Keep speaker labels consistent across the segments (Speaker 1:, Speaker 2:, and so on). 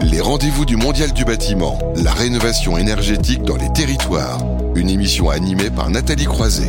Speaker 1: Les rendez-vous du Mondial du bâtiment, la rénovation énergétique dans les territoires. Une émission animée par Nathalie Croiset.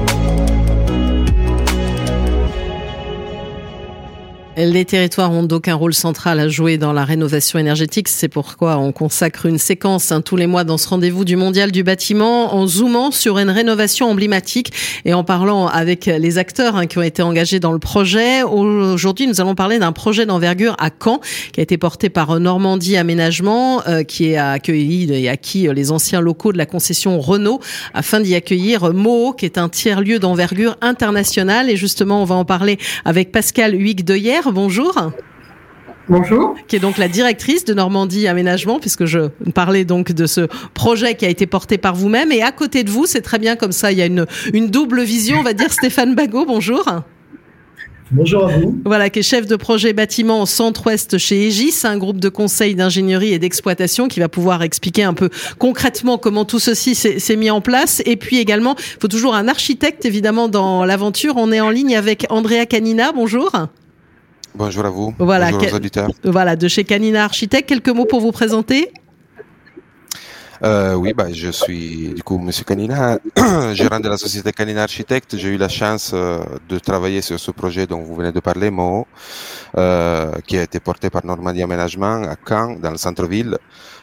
Speaker 2: Les territoires ont donc un rôle central à jouer dans la rénovation énergétique. C'est pourquoi on consacre une séquence tous les mois dans ce rendez-vous du Mondial du bâtiment en zoomant sur une rénovation emblématique et en parlant avec les acteurs qui ont été engagés dans le projet. Aujourd'hui, nous allons parler d'un projet d'envergure à Caen qui a été porté par Normandie Aménagement qui a accueilli et acquis les anciens locaux de la concession Renault afin d'y accueillir Moho qui est un tiers-lieu d'envergure internationale. Et justement, on va en parler avec Pascale Huyghe-Deuillère. Bonjour.
Speaker 3: Bonjour.
Speaker 2: Qui est donc la directrice de Normandie Aménagement, puisque je parlais donc de ce projet qui a été porté par vous-même. Et à côté de vous, c'est très bien comme ça, il y a une double vision, on va dire. Stéphane Bagot, bonjour.
Speaker 3: Bonjour à vous.
Speaker 2: Voilà, qui est chef de projet bâtiment au Centre-Ouest chez Aegis, un groupe de conseil d'ingénierie et d'exploitation qui va pouvoir expliquer un peu concrètement comment tout ceci s'est mis en place. Et puis également, il faut toujours un architecte, évidemment, dans l'aventure. On est en ligne avec Andrea Canina, bonjour.
Speaker 4: Bonjour à vous,
Speaker 2: voilà,
Speaker 4: bonjour aux auditeurs.
Speaker 2: Voilà, de chez Canina Architecte. Quelques mots pour vous présenter ?
Speaker 4: Je suis du coup Monsieur Canina, gérant de la société Canina Architecte. J'ai eu la chance de travailler sur ce projet dont vous venez de parler, Moho, qui a été porté par Normandie Aménagement à Caen, dans le centre-ville.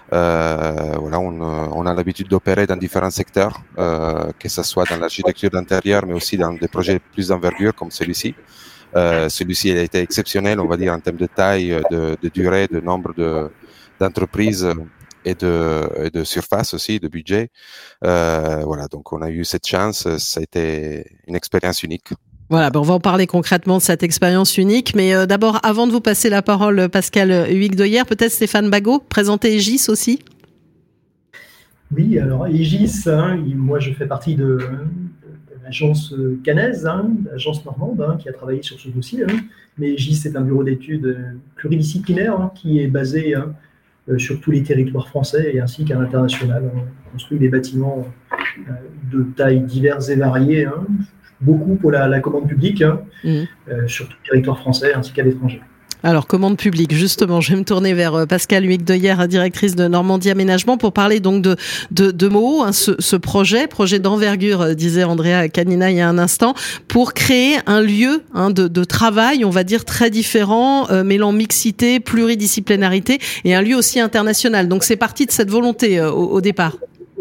Speaker 4: On a l'habitude d'opérer dans différents secteurs, que ce soit dans l'architecture d'intérieur, mais aussi dans des projets plus d'envergure comme celui-ci. Celui-ci a été exceptionnel, on va dire, en termes de taille, de durée, de nombre d'entreprises et de surface aussi, de budget. Donc on a eu cette chance, ça a été une expérience unique.
Speaker 2: Voilà, on va en parler concrètement de cette expérience unique. Mais d'abord, avant de vous passer la parole, Pascale Huyghe-Deuillère, peut-être Stéphane Bagot, présenter Aegis aussi.
Speaker 3: Oui, alors Aegis, moi je fais partie de l'agence cannaise, l'agence normande, qui a travaillé sur ce dossier. Mais Aegis, c'est un bureau d'études pluridisciplinaire qui est basé sur tous les territoires français et ainsi qu'à l'international. On construit des bâtiments de tailles diverses et variées, beaucoup pour la commande publique, sur tout le territoire français ainsi qu'à l'étranger.
Speaker 2: Alors, commande publique, justement, je vais me tourner vers Pascale Huyghe-Deuillère, directrice de Normandie Aménagement, pour parler donc de Moho, ce projet d'envergure, disait Andrea Canina il y a un instant, pour créer un lieu de travail, on va dire, très différent, mêlant mixité, pluridisciplinarité, et un lieu aussi international. Donc, c'est parti de cette volonté au départ.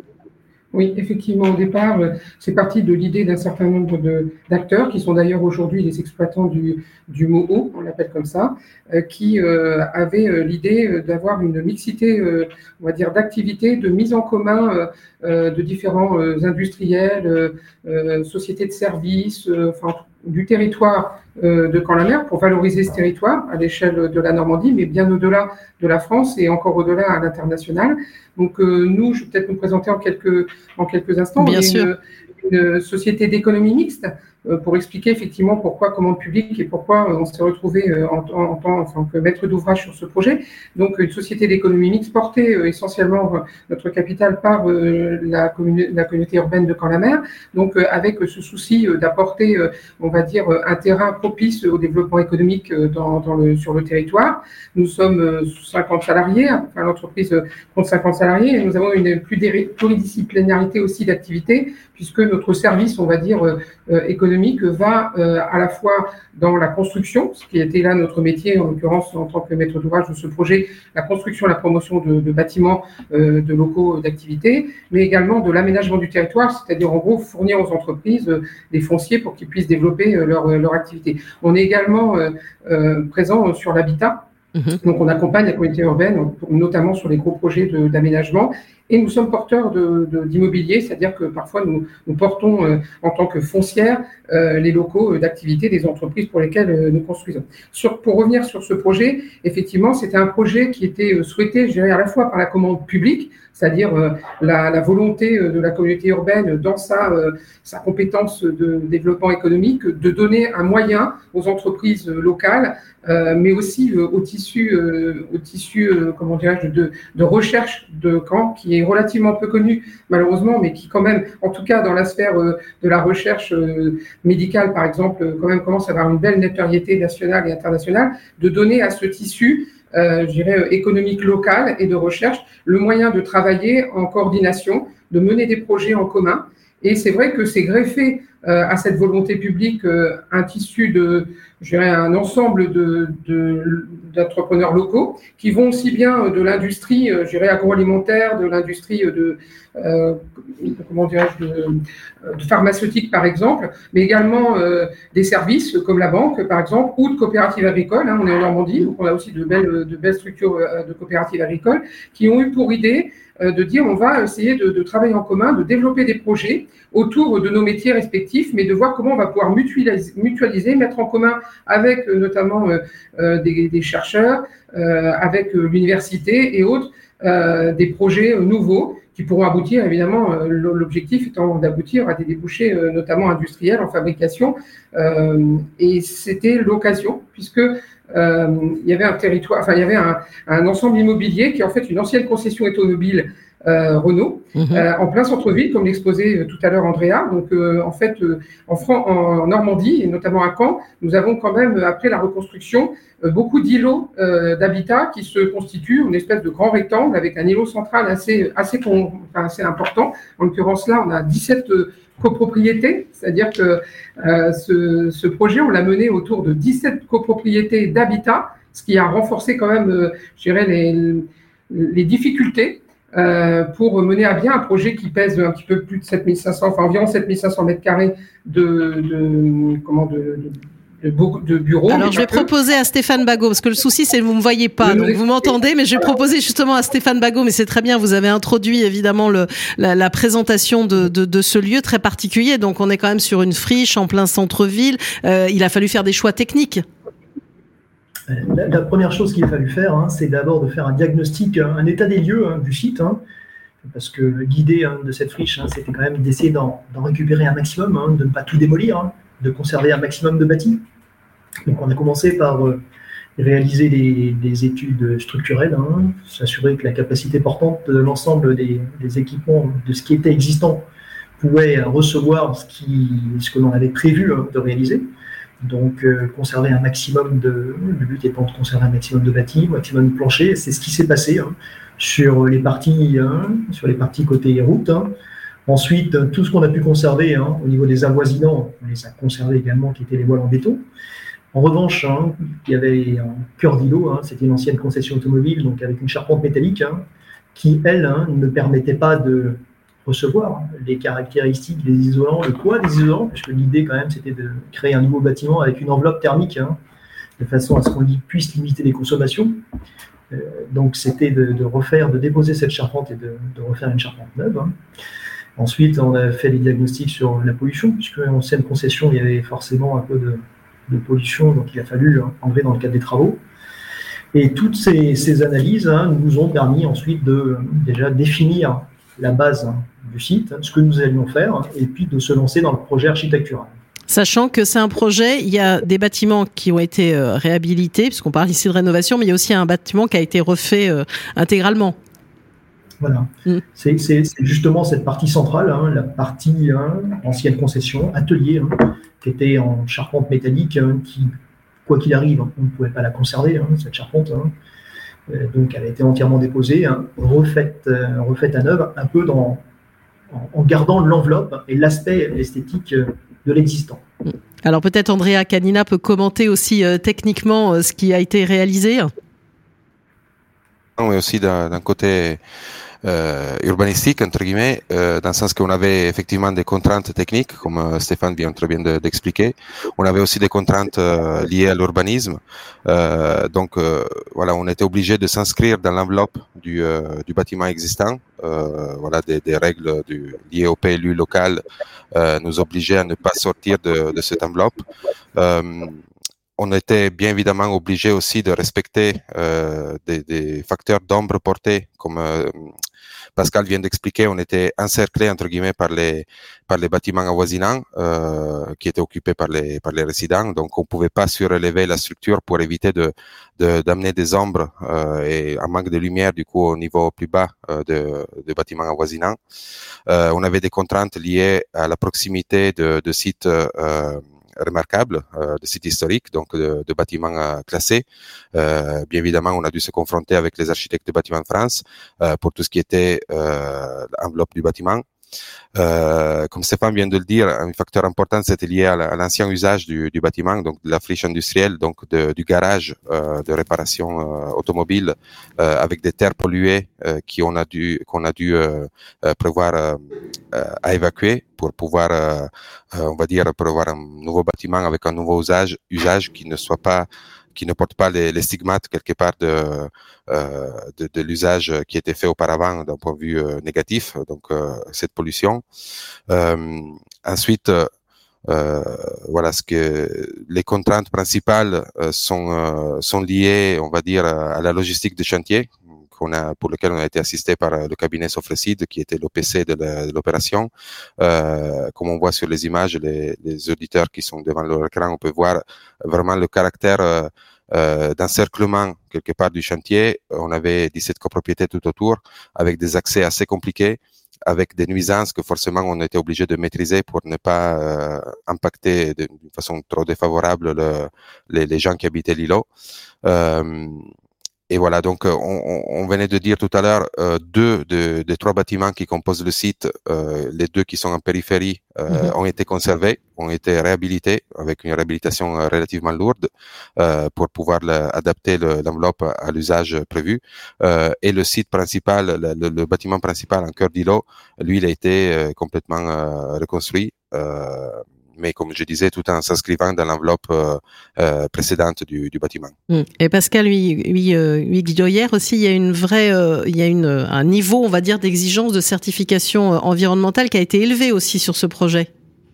Speaker 5: Oui, effectivement, au départ, c'est parti de l'idée d'un certain nombre d'acteurs, qui sont d'ailleurs aujourd'hui les exploitants du Moho, on l'appelle comme ça, qui avaient l'idée d'avoir une mixité, on va dire, d'activités, de mise en commun de différents industriels, sociétés de services, du territoire de Caen-la-Mer pour valoriser ce territoire à l'échelle de la Normandie, mais bien au-delà de la France et encore au-delà à l'international. Donc nous, je vais peut-être nous présenter en quelques instants.
Speaker 2: Bien sûr.
Speaker 5: Une société d'économie mixte pour expliquer effectivement pourquoi commande publique et pourquoi on s'est retrouvé en tant que maître d'ouvrage sur ce projet. Donc une société d'économie mixte portée essentiellement notre capital par la communauté urbaine de Caen-la-Mer, donc avec ce souci d'apporter, on va dire, un terrain propice au développement économique sur le territoire. Nous sommes 50 salariés, l'entreprise compte 50 salariés et nous avons une pluridisciplinarité aussi d'activités puisque notre service, on va dire, économique va à la fois dans la construction, ce qui était là notre métier, en l'occurrence en tant que maître d'ouvrage de ce projet, la construction, la promotion de bâtiments, de locaux d'activité, mais également de l'aménagement du territoire, c'est-à-dire en gros fournir aux entreprises des fonciers pour qu'ils puissent développer leur activité. On est également présent sur l'habitat. Donc, on accompagne la communauté urbaine, notamment sur les gros projets d'aménagement. Et nous sommes porteurs d'immobilier, c'est-à-dire que parfois nous portons en tant que foncière les locaux d'activité des entreprises pour lesquelles nous construisons. Pour revenir sur ce projet, effectivement, c'était un projet qui était souhaité, je dirais, à la fois par la commande publique, c'est-à-dire la volonté de la communauté urbaine dans sa compétence de développement économique, de donner un moyen aux entreprises locales, mais aussi au tissu comment dirais-je, de recherche de Caen, qui est relativement peu connu malheureusement, mais qui quand même, en tout cas dans la sphère de la recherche médicale par exemple, quand même commence à avoir une belle notoriété nationale et internationale, de donner à ce tissu je dirais, économique locale et de recherche, le moyen de travailler en coordination, de mener des projets en commun. Et c'est vrai que c'est greffé à cette volonté publique un tissu je dirais, un ensemble d'entrepreneurs locaux qui vont aussi bien de l'industrie, je dirais, agroalimentaire, de l'industrie comment dirais-je, de pharmaceutique par exemple, mais également des services comme la banque par exemple ou de coopératives agricoles. On est en Normandie, donc on a aussi de belles structures de coopératives agricoles qui ont eu pour idée de dire on va essayer de travailler en commun, de développer des projets autour de nos métiers respectifs, mais de voir comment on va pouvoir mutualiser, mettre en commun avec notamment des chercheurs, avec l'université et autres, des projets nouveaux qui pourront aboutir, évidemment, l'objectif étant d'aboutir à des débouchés notamment industriels en fabrication. Et c'était l'occasion, puisque il y avait un territoire, enfin il y avait un ensemble immobilier qui est en fait une ancienne concession automobile Renault, en plein centre-ville, comme l'exposait tout à l'heure Andrea. Donc en fait, en Normandie, et notamment à Caen, nous avons quand même, après la reconstruction, beaucoup d'îlots d'habitat qui se constituent une espèce de grand rectangle avec un îlot central assez important. En l'occurrence là, on a 17 copropriétés, c'est-à-dire que ce projet, on l'a mené autour de 17 copropriétés d'habitat, ce qui a renforcé quand même, je dirais, les difficultés pour mener à bien un projet qui pèse un petit peu plus de 7500, enfin environ 7500 mètres carrés de bureaux.
Speaker 2: Alors, je vais proposer à Stéphane Bagot, parce que le souci, c'est que vous ne me voyez pas, donc vous m'entendez, mais je vais proposer justement à Stéphane Bagot, mais c'est très bien, vous avez introduit évidemment la présentation de ce lieu très particulier, donc on est quand même sur une friche en plein centre-ville, il a fallu faire des choix techniques.
Speaker 3: La première chose qu'il a fallu faire, c'est d'abord de faire un diagnostic, un état des lieux du site, parce que l'idée de cette friche, c'était quand même d'essayer d'en récupérer un maximum, de ne pas tout démolir, de conserver un maximum de bâti. Donc on a commencé par réaliser des études structurelles, s'assurer que la capacité portante de l'ensemble des équipements, de ce qui était existant, pouvait recevoir ce que l'on avait prévu de réaliser. Donc conserver un maximum le but étant de conserver un maximum de bâti, un maximum de plancher. C'est ce qui s'est passé sur les parties côté route. Ensuite, tout ce qu'on a pu conserver au niveau des avoisinants, on les a conservés également, qui étaient les voiles en béton. En revanche, il y avait un cœur d'îlot, c'était une ancienne concession automobile, donc avec une charpente métallique, qui, elle, ne permettait pas de recevoir les caractéristiques des isolants, le poids des isolants, puisque l'idée, quand même, c'était de créer un nouveau bâtiment avec une enveloppe thermique, de façon à ce qu'on puisse limiter les consommations. Donc, c'était de déposer cette charpente et de refaire une charpente neuve. Ensuite, on a fait des diagnostics sur la pollution, puisque en ancienne concession, il y avait forcément un peu de pollution, donc il a fallu enlever dans le cadre des travaux. Et toutes ces analyses nous ont permis ensuite de déjà définir la base du site, ce que nous allions faire, et puis de se lancer dans le projet architectural.
Speaker 2: Sachant que c'est un projet, il y a des bâtiments qui ont été réhabilités, puisqu'on parle ici de rénovation, mais il y a aussi un bâtiment qui a été refait intégralement.
Speaker 3: Voilà, c'est justement cette partie centrale, la partie ancienne concession, atelier, qui était en charpente métallique, qui, quoi qu'il arrive, on ne pouvait pas la conserver, cette charpente. Donc elle a été entièrement déposée, refaite à neuf, un peu en gardant l'enveloppe et l'aspect esthétique de l'existant.
Speaker 2: Alors peut-être Andrea Canina peut commenter aussi techniquement ce qui a été réalisé.
Speaker 4: Oui, aussi d'un côté urbanistique, entre guillemets, dans le sens qu'on avait effectivement des contraintes techniques, comme Stéphane vient très bien d'expliquer. On avait aussi des contraintes liées à l'urbanisme. Donc, voilà, on était obligé de s'inscrire dans l'enveloppe du bâtiment existant. Voilà, des règles liées au PLU local nous obligeaient à ne pas sortir de cette enveloppe. On était bien évidemment obligé aussi de respecter des facteurs d'ombre portés, comme Pascal vient d'expliquer. On était encerclé entre guillemets par les bâtiments avoisinants qui étaient occupés par les résidents. Donc on pouvait pas surélever la structure pour éviter d'amener des ombres et un manque de lumière du coup au niveau plus bas des bâtiments avoisinants. On avait des contraintes liées à la proximité de sites remarquables, de sites historiques, donc de bâtiments classés. Bien évidemment, on a dû se confronter avec les architectes de bâtiments de France pour tout ce qui était l'enveloppe du bâtiment. Comme Stéphane vient de le dire, un facteur important c'était lié à l'ancien usage du bâtiment, donc de la friche industrielle, donc du garage de réparation automobile, avec des terres polluées qu'on a dû prévoir à évacuer pour pouvoir, on va dire, prévoir un nouveau bâtiment avec un nouveau usage qui ne porte pas les stigmates quelque part de l'usage qui était fait auparavant d'un point de vue négatif, donc cette pollution. Ensuite, voilà, les contraintes principales sont liées, on va dire, à la logistique de chantier pour lequel on a été assisté par le cabinet Sofrecide, qui était l'OPC de l'opération. Comme on voit sur les images, les auditeurs qui sont devant leur écran, on peut voir vraiment le caractère d'encerclement quelque part du chantier. On avait 17 copropriétés tout autour, avec des accès assez compliqués, avec des nuisances que forcément on était obligé de maîtriser pour ne pas impacter d'une façon trop défavorable les gens qui habitaient l'îlot. Et voilà, donc on venait de dire tout à l'heure, deux des trois bâtiments qui composent le site, les deux qui sont en périphérie, ont été conservés, ont été réhabilités avec une réhabilitation relativement lourde pour pouvoir adapter l'enveloppe à l'usage prévu. Et le site principal, le bâtiment principal en cœur d'îlot, lui, il a été complètement reconstruit. Mais comme je disais, tout en s'inscrivant dans l'enveloppe précédente du bâtiment.
Speaker 2: Et Pascal, Guidoyer aussi, il y a un niveau, on va dire, d'exigence de certification environnementale qui a été élevé aussi sur ce projet.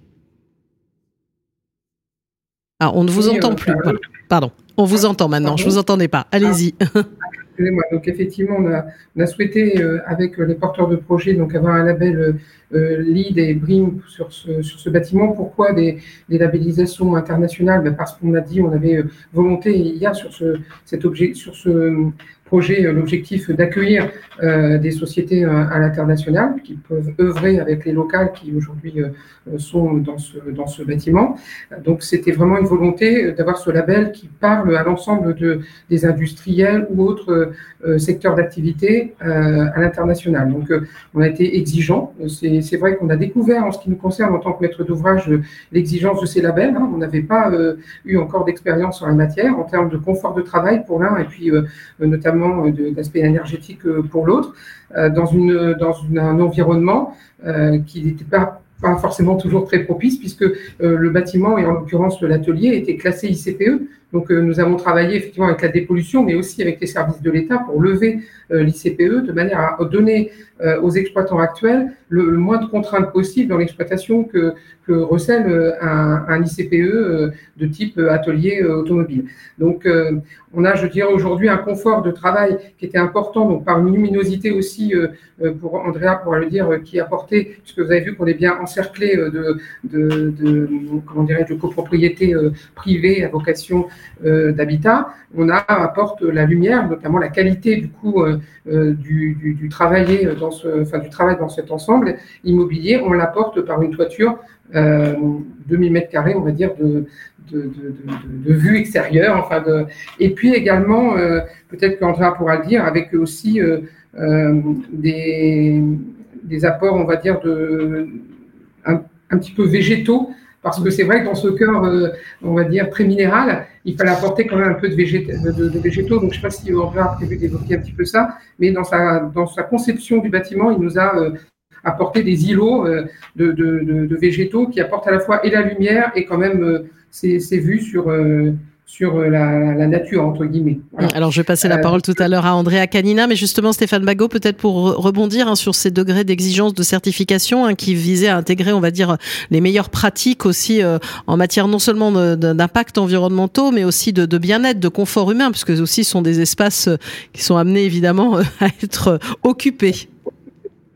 Speaker 2: Ah, on ne vous entend plus. Pardon, on vous entend maintenant. Je vous entendais pas. Allez-y.
Speaker 5: Excusez-moi. Donc effectivement, on a souhaité avec les porteurs de projets donc avoir un label LEED et BREEAM sur ce bâtiment. Pourquoi des labellisations internationales? Parce qu'on a dit, on avait volonté, il y a sur ce projet l'objectif d'accueillir des sociétés à l'international qui peuvent œuvrer avec les locales qui aujourd'hui sont dans ce bâtiment. Donc c'était vraiment une volonté d'avoir ce label qui parle à l'ensemble des industriels ou autres secteurs d'activité à l'international. Donc on a été exigeant. C'est vrai qu'on a découvert en ce qui nous concerne en tant que maître d'ouvrage l'exigence de ces labels. On n'avait pas eu encore d'expérience en la matière en termes de confort de travail pour l'un et puis notamment d'aspect énergétique pour l'autre, dans un environnement qui n'était pas forcément toujours très propice, puisque le bâtiment, et en l'occurrence l'atelier, était classé ICPE. Donc nous avons travaillé effectivement avec la dépollution, mais aussi avec les services de l'État pour lever l'ICPE, de manière à donner aux exploitants actuels le moins de contraintes possible dans l'exploitation que recèle un ICPE de type atelier automobile. Donc on a, je dirais, aujourd'hui un confort de travail qui était important, donc par une luminosité aussi, pour Andrea pourra le dire, qui apportait, puisque vous avez vu qu'on est bien encerclé de copropriétés privées à vocation d'habitat. On apporte la lumière, notamment la qualité du coup du travail dans cet ensemble immobilier. On l'apporte par une toiture 2000 mètres carrés, on va dire, de vue extérieure. Et puis également, peut-être qu'Andrea pourra le dire, avec aussi des apports, on va dire, un petit peu végétaux. Parce que c'est vrai que dans ce cœur, on va dire, très minéral, il fallait apporter quand même un peu de végétaux. Donc, je ne sais pas si Andrea a prévu d'évoquer un petit peu ça, mais dans sa conception du bâtiment, il nous a apporté des îlots de végétaux qui apportent à la fois et la lumière et quand même ces vues sur la nature, entre guillemets. Voilà.
Speaker 2: Alors, je vais passer la parole tout à l'heure à Andrea Canina, mais justement, Stéphane Bagot, peut-être pour rebondir sur ces degrés d'exigence de certification qui visaient à intégrer, on va dire, les meilleures pratiques aussi en matière non seulement d'impact environnementaux, mais aussi de bien-être, de confort humain, puisque aussi ce sont des espaces qui sont amenés évidemment à être occupés.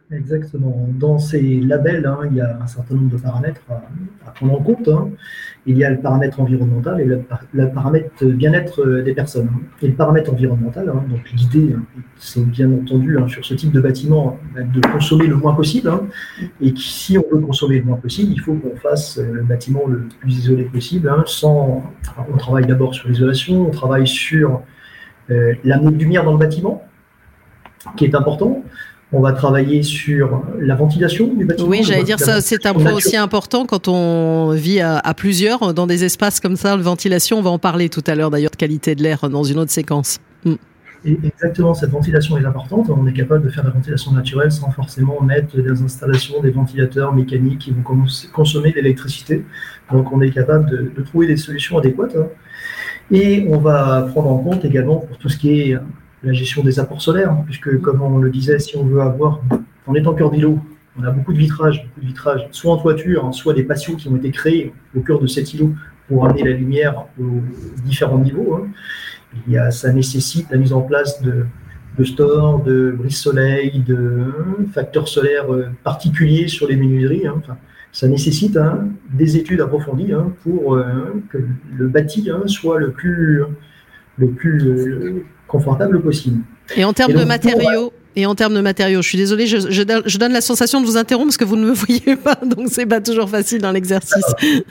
Speaker 3: Exactement. Dans ces labels, il y a un certain nombre de paramètres à prendre en compte. Il y a le paramètre environnemental et le paramètre bien-être des personnes. Et le paramètre environnemental, donc l'idée, c'est bien entendu sur ce type de bâtiment de consommer le moins possible. Et si on veut consommer le moins possible, il faut qu'on fasse le bâtiment le plus isolé possible. On travaille d'abord sur l'isolation, on travaille sur l'amener de lumière dans le bâtiment, qui est important. On va travailler sur la ventilation du bâtiment.
Speaker 2: Oui, j'allais dire ça, c'est un point aussi important quand on vit à plusieurs dans des espaces comme ça. La ventilation, on va en parler tout à l'heure d'ailleurs de qualité de l'air dans une autre séquence.
Speaker 3: Et exactement, cette ventilation est importante. On est capable de faire de la ventilation naturelle sans forcément mettre des installations, des ventilateurs mécaniques qui vont consommer de l'électricité. Donc on est capable de trouver des solutions adéquates. Et on va prendre en compte également pour tout ce qui est la gestion des apports solaires, puisque comme on le disait, si on veut avoir, on est en cœur d'îlot, on a beaucoup de vitrages, soit en toiture, soit des patios qui ont été créés au cœur de cet îlot pour amener la lumière aux différents niveaux. Ça nécessite la mise en place de stores, de brise-soleil, de facteurs solaires particuliers sur les menuiseries. Ça nécessite des études approfondies pour que le bâti soit le plus confortable possible.
Speaker 2: Et en termes de matériaux, je suis désolée, je donne la sensation de vous interrompre parce que vous ne me voyez pas, donc c'est pas toujours facile dans l'exercice.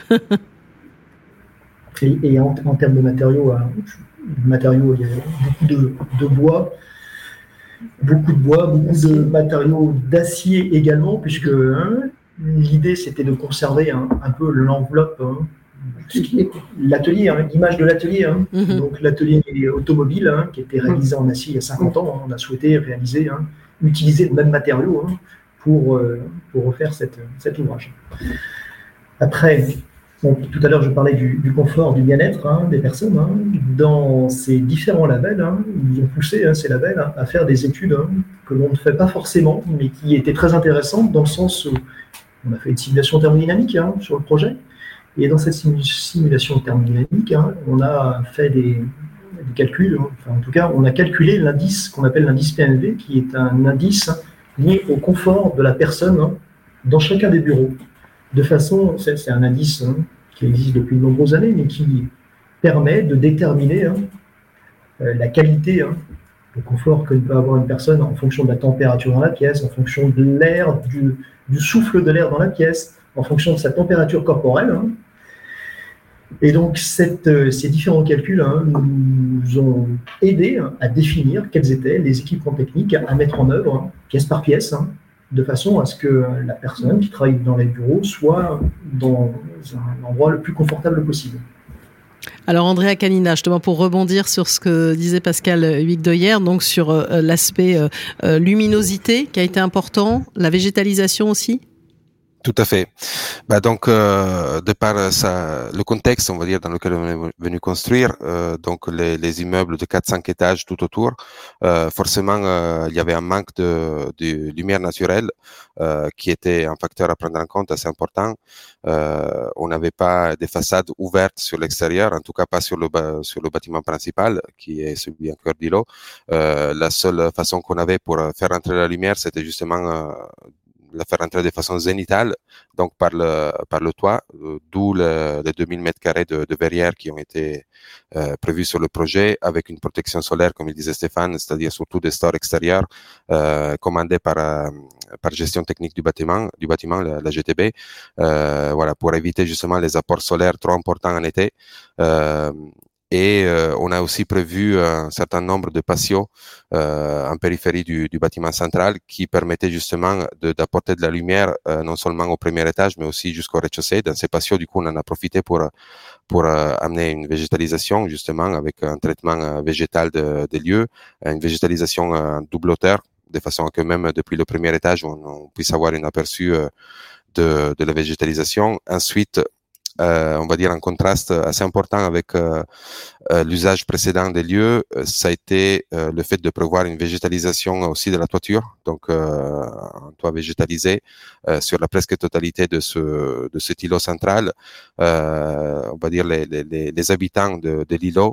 Speaker 3: Et en termes de matériaux, il y a beaucoup de bois, beaucoup de matériaux d'acier également, puisque l'idée c'était de conserver un peu l'enveloppe. L'atelier, l'image de l'atelier, donc l'atelier automobile qui a été réalisé en acier il y a 50 ans, on a souhaité utiliser le même matériau pour refaire cet ouvrage. Après, tout à l'heure je parlais du confort, du bien-être des personnes. Dans ces différents labels, ils ont poussé ces labels à faire des études que l'on ne fait pas forcément, mais qui étaient très intéressantes dans le sens où on a fait une simulation thermodynamique sur le projet. Et dans cette simulation thermodynamique, on a fait des calculs, en tout cas, on a calculé l'indice qu'on appelle l'indice PNV, qui est un indice lié au confort de la personne dans chacun des bureaux. De façon, c'est un indice qui existe depuis de nombreuses années, mais qui permet de déterminer la qualité, le confort que peut avoir une personne en fonction de la température dans la pièce, en fonction de l'air, du souffle de l'air dans la pièce, en fonction de sa température corporelle. Et donc, ces différents calculs nous ont aidés à définir quels étaient les équipements techniques à mettre en œuvre, pièce par pièce, de façon à ce que la personne qui travaille dans les bureaux soit dans un endroit le plus confortable possible.
Speaker 2: Alors Andrea Canina, justement pour rebondir sur ce que disait Pascal Huygdoyer, donc sur l'aspect luminosité qui a été important, la végétalisation aussi.
Speaker 4: Tout à fait. Donc, de par le contexte, on va dire, dans lequel on est venu construire, donc les immeubles de 4-5 étages tout autour, forcément, il y avait un manque de lumière naturelle qui était un facteur à prendre en compte assez important. On n'avait pas des façades ouvertes sur l'extérieur, en tout cas pas sur le bâtiment principal, qui est celui en cœur d'îlot. La seule façon qu'on avait pour faire entrer la lumière, c'était justement la faire entrer de façon zénitale, donc par le toit, d'où les 2000 mètres carrés de verrières qui ont été prévus sur le projet, avec une protection solaire, comme il disait Stéphane, c'est-à-dire surtout des stores extérieurs, commandés par gestion technique du bâtiment, la GTB, voilà, pour éviter justement les apports solaires trop importants en été. Et on a aussi prévu un certain nombre de patios en périphérie du bâtiment central qui permettaient justement d'apporter de la lumière non seulement au premier étage mais aussi jusqu'au rez-de-chaussée. Dans ces patios, du coup, on en a profité pour amener une végétalisation justement avec un traitement végétal des lieux, une végétalisation en double hauteur, de façon que même depuis le premier étage on puisse avoir un aperçu de la végétalisation. Ensuite, on va dire en contraste assez important avec l'usage précédent des lieux, ça a été le fait de prévoir une végétalisation aussi de la toiture, donc un toit végétalisé sur la presque totalité de cet îlot central. On va dire les habitants de l'îlot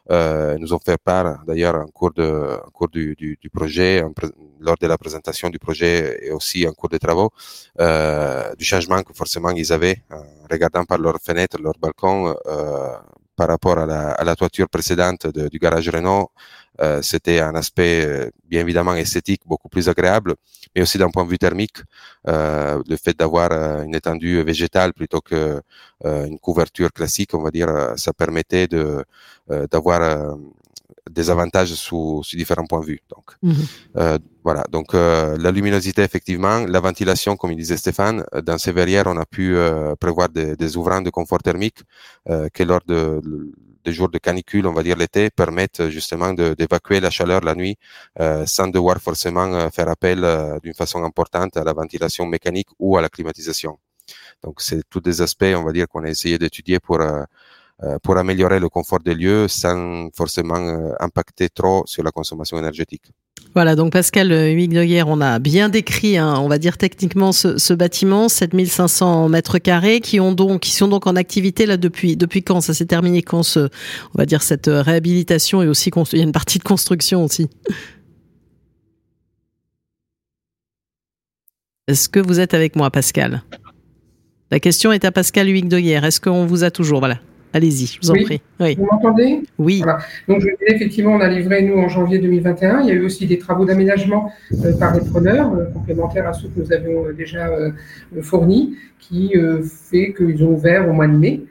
Speaker 4: nous ont fait part d'ailleurs en cours du projet, lors de la présentation du projet et aussi en cours de travaux, du changement que forcément ils avaient en regardant par leurs fenêtres, leur balcon, par rapport à la toiture précédente du garage Renault. C'était un aspect bien évidemment esthétique beaucoup plus agréable, mais aussi d'un point de vue thermique, le fait d'avoir une étendue végétale plutôt que une couverture classique, on va dire, ça permettait d'avoir des avantages sous différents points de vue. Donc, voilà. Donc, la luminosité, effectivement, la ventilation, comme il disait Stéphane, dans ces verrières, on a pu prévoir des ouvrants de confort thermique qui, lors des jours de canicule, on va dire l'été, permettent justement d'évacuer la chaleur la nuit sans devoir forcément faire appel d'une façon importante à la ventilation mécanique ou à la climatisation. Donc, c'est tous des aspects, on va dire, qu'on a essayé d'étudier pour améliorer le confort des lieux sans forcément impacter trop sur la consommation énergétique.
Speaker 2: Voilà, donc Pascal Huygdoguer, on a bien décrit, on va dire techniquement, ce bâtiment, 7500 mètres carrés, qui sont donc en activité là depuis quand? Ça s'est terminé quand on va dire cette réhabilitation, et aussi il y a une partie de construction aussi. Est-ce que vous êtes avec moi, Pascal? La question est à Pascal Huygdoguer. Est-ce qu'on vous a toujours? Voilà. Allez-y, je vous en prie. Oui.
Speaker 5: Vous m'entendez?
Speaker 2: Oui.
Speaker 5: Voilà. Donc, je disais, effectivement, on a livré, nous, en janvier 2021. Il y a eu aussi des travaux d'aménagement par les preneurs, complémentaires à ceux que nous avions déjà fournis, qui fait qu'ils ont ouvert au mois de mai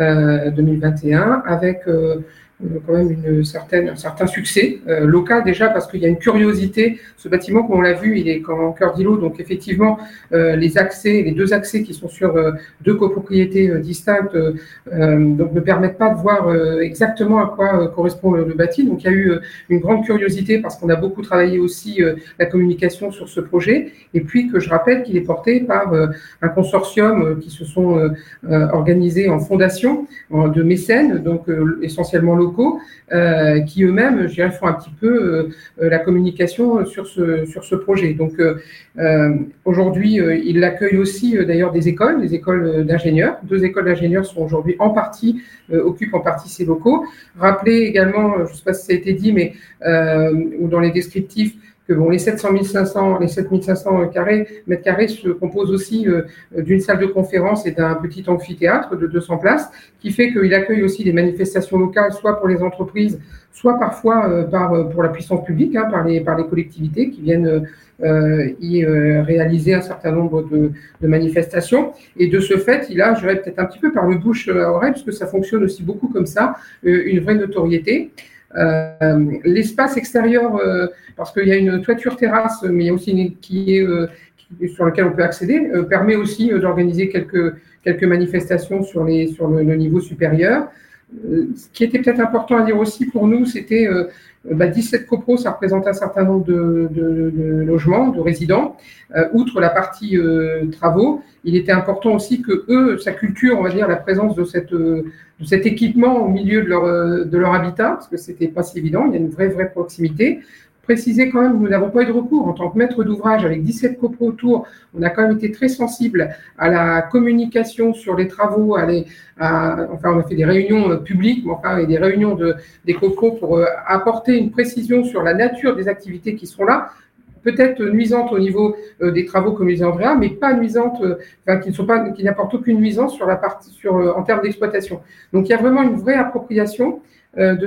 Speaker 5: 2021 avec quand même un certain succès local déjà, parce qu'il y a une curiosité. Ce bâtiment, comme on l'a vu, il est en cœur d'îlot, donc effectivement les deux accès qui sont sur deux copropriétés distinctes donc ne permettent pas de voir exactement à quoi correspond le bâti. Donc il y a eu une grande curiosité parce qu'on a beaucoup travaillé aussi la communication sur ce projet, et puis que je rappelle qu'il est porté par un consortium qui se sont organisés en fondation de mécènes, donc essentiellement locaux, qui eux-mêmes, je dirais, font un petit peu la communication sur ce projet. Donc aujourd'hui, il accueille aussi d'ailleurs des écoles d'ingénieurs. 2 écoles d'ingénieurs sont aujourd'hui occupent en partie ces locaux. Rappelez également, je ne sais pas si ça a été dit, mais ou dans les descriptifs, que les 7500 mètres carrés se composent aussi d'une salle de conférence et d'un petit amphithéâtre de 200 places, qui fait qu'il accueille aussi des manifestations locales, soit pour les entreprises, soit parfois pour la puissance publique, par les collectivités qui viennent y réaliser un certain nombre de manifestations. Et de ce fait, il a, je dirais peut-être un petit peu par le bouche à oreille, parce que ça fonctionne aussi beaucoup comme ça, une vraie notoriété. L'espace extérieur, parce qu'il y a une toiture terrasse, mais il y a aussi sur laquelle on peut accéder, permet aussi d'organiser quelques manifestations sur le niveau supérieur. Ce qui était peut-être important à dire aussi pour nous, c'était 17 copros, ça représente un certain nombre de logements, de résidents. Outre la partie travaux, il était important aussi que sa culture, on va dire, la présence de cet équipement au milieu de leur habitat, parce que c'était pas si évident, il y a une vraie proximité. Préciser quand même, nous n'avons pas eu de recours en tant que maître d'ouvrage avec 17 copros autour. On a quand même été très sensible à la communication sur les travaux, on a fait des réunions publiques, et des réunions des copros pour apporter une précision sur la nature des activités qui sont là. Peut-être nuisantes au niveau des travaux, comme disait Andrea, mais pas nuisantes, qui n'apportent aucune nuisance en termes d'exploitation. Donc il y a vraiment une vraie appropriation de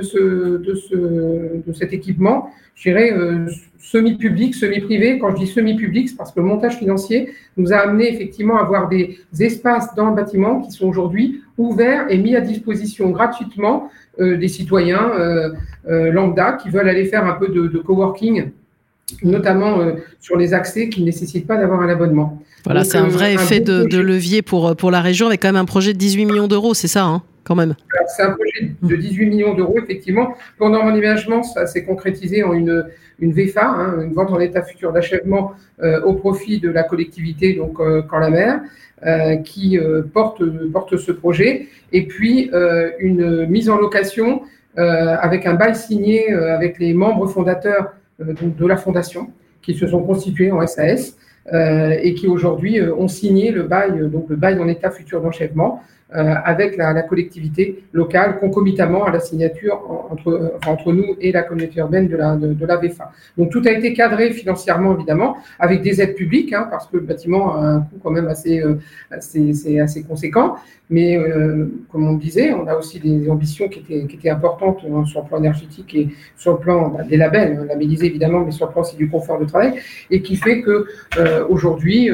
Speaker 5: cet équipement, je dirais semi-public, semi-privé. Quand je dis semi-public, c'est parce que le montage financier nous a amené effectivement à avoir des espaces dans le bâtiment qui sont aujourd'hui ouverts et mis à disposition gratuitement des citoyens lambda qui veulent aller faire un peu de coworking, notamment sur les accès qui ne nécessitent pas d'avoir un abonnement.
Speaker 2: Voilà, donc, c'est un vrai effet de levier pour la région, avec quand même un projet de 18 millions d'euros, c'est ça, quand même.
Speaker 5: Alors, c'est un projet de 18 millions d'euros, effectivement. Pendant mon aménagement, ça s'est concrétisé en une VFA, une vente en état futur d'achèvement au profit de la collectivité, donc Caen-la-Mer, qui porte ce projet. Et puis, une mise en location avec un bail signé avec les membres fondateurs de la fondation, qui se sont constitués en SAS, et qui aujourd'hui ont signé le bail en état futur d'enchèvement avec la collectivité locale, concomitamment à la signature entre nous et la communauté urbaine de la VEFA. Donc tout a été cadré financièrement, évidemment, avec des aides publiques, parce que le bâtiment a un coût quand même assez conséquent. Mais comme on le disait, on a aussi des ambitions qui étaient importantes sur le plan énergétique et sur le plan des labels, labellisés évidemment, mais sur le plan aussi du confort de travail, et qui fait que aujourd'hui,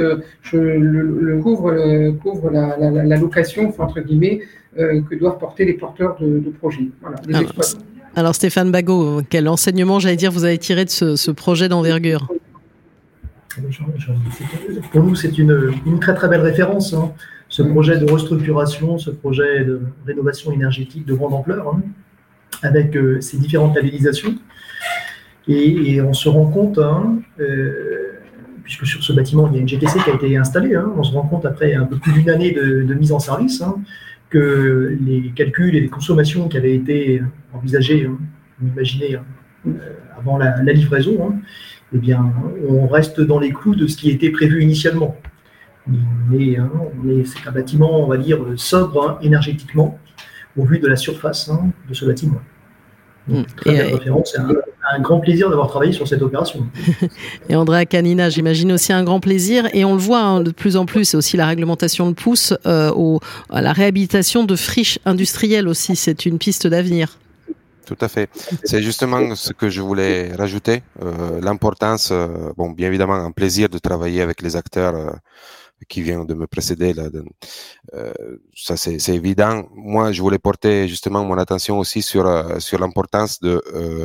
Speaker 5: couvre la location, entre guillemets, que doivent porter les porteurs de projets. Voilà, les exploitants.
Speaker 2: Alors Stéphane Bagot, quel enseignement, vous avez tiré de ce projet d'envergure?
Speaker 3: Pour nous, c'est une très très belle référence. Ce projet de restructuration, ce projet de rénovation énergétique de grande ampleur, avec ces différentes labellisations. Et on se rend compte, puisque sur ce bâtiment, il y a une GTC qui a été installée, on se rend compte après un peu plus d'une année de mise en service, que les calculs et les consommations qui avaient été envisagées, imaginées avant la livraison, eh bien, on reste dans les clous de ce qui était prévu initialement. C'est un bâtiment, on va dire, sobre énergétiquement, au vu de la surface de ce bâtiment. Très belle référence, un grand plaisir d'avoir travaillé sur cette opération.
Speaker 2: Et Andrea Canina, j'imagine aussi un grand plaisir, et on le voit de plus en plus, c'est aussi la réglementation le pousse à la réhabilitation de friches industrielles aussi, c'est une piste d'avenir.
Speaker 4: Tout à fait. C'est justement ce que je voulais rajouter, l'importance, bien évidemment un plaisir de travailler avec les acteurs qui viennent de me précéder là. Ça c'est évident. Moi, je voulais porter justement mon attention aussi sur l'importance de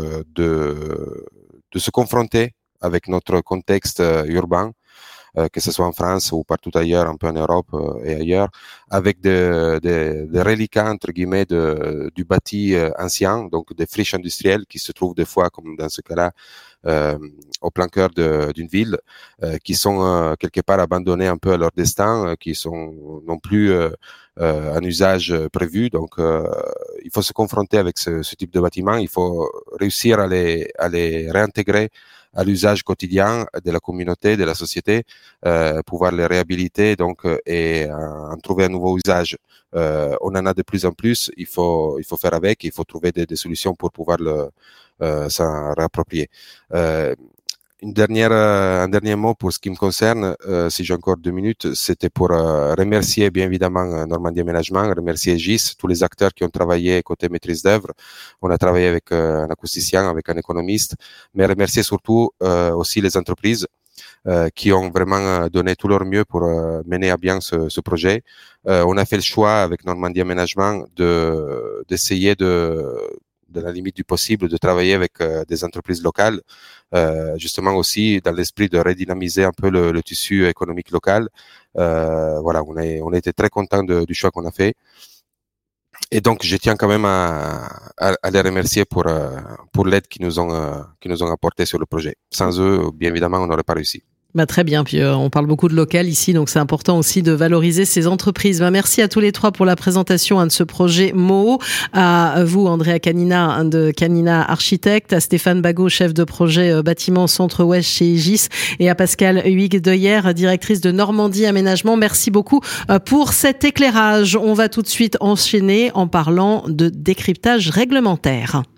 Speaker 4: se confronter avec notre contexte urbain, que ce soit en France ou partout ailleurs, un peu en Europe et ailleurs, avec des reliquats entre guillemets du bâti ancien, donc des friches industrielles qui se trouvent des fois, comme dans ce cas-là, au plein cœur d'une ville, qui sont quelque part abandonnés un peu à leur destin, qui sont non plus un usage prévu. Donc, il faut se confronter avec ce type de bâtiment. Il faut réussir à les réintégrer à l'usage quotidien de la communauté, de la société, pouvoir les réhabiliter donc et en trouver un nouveau usage. On en a de plus en plus. Il faut faire avec. Il faut trouver des solutions pour pouvoir s'en réapproprier. Un dernier mot pour ce qui me concerne, si j'ai encore 2 minutes, c'était pour remercier bien évidemment Normandie Aménagement, remercier GIS, tous les acteurs qui ont travaillé côté maîtrise d'œuvre. On a travaillé avec un acousticien, avec un économiste, mais remercier surtout aussi les entreprises qui ont vraiment donné tout leur mieux pour mener à bien ce projet. On a fait le choix avec Normandie Aménagement d'essayer de la limite du possible, de travailler avec des entreprises locales, justement aussi dans l'esprit de redynamiser un peu le tissu économique local. Voilà, on a été très contents du choix qu'on a fait. Et donc, je tiens quand même à les remercier pour l'aide qu'ils nous ont apporté sur le projet. Sans eux, bien évidemment, on n'aurait pas réussi.
Speaker 2: Très bien, puis on parle beaucoup de local ici, donc c'est important aussi de valoriser ces entreprises. Merci à tous les trois pour la présentation de ce projet MOO, à vous Andrea Canina de Canina Architecte, à Stéphane Bagot, chef de projet bâtiment Centre-Ouest chez Egis, et à Pascale Huyghe-Deyer, directrice de Normandie Aménagement. Merci beaucoup pour cet éclairage. On va tout de suite enchaîner en parlant de décryptage réglementaire.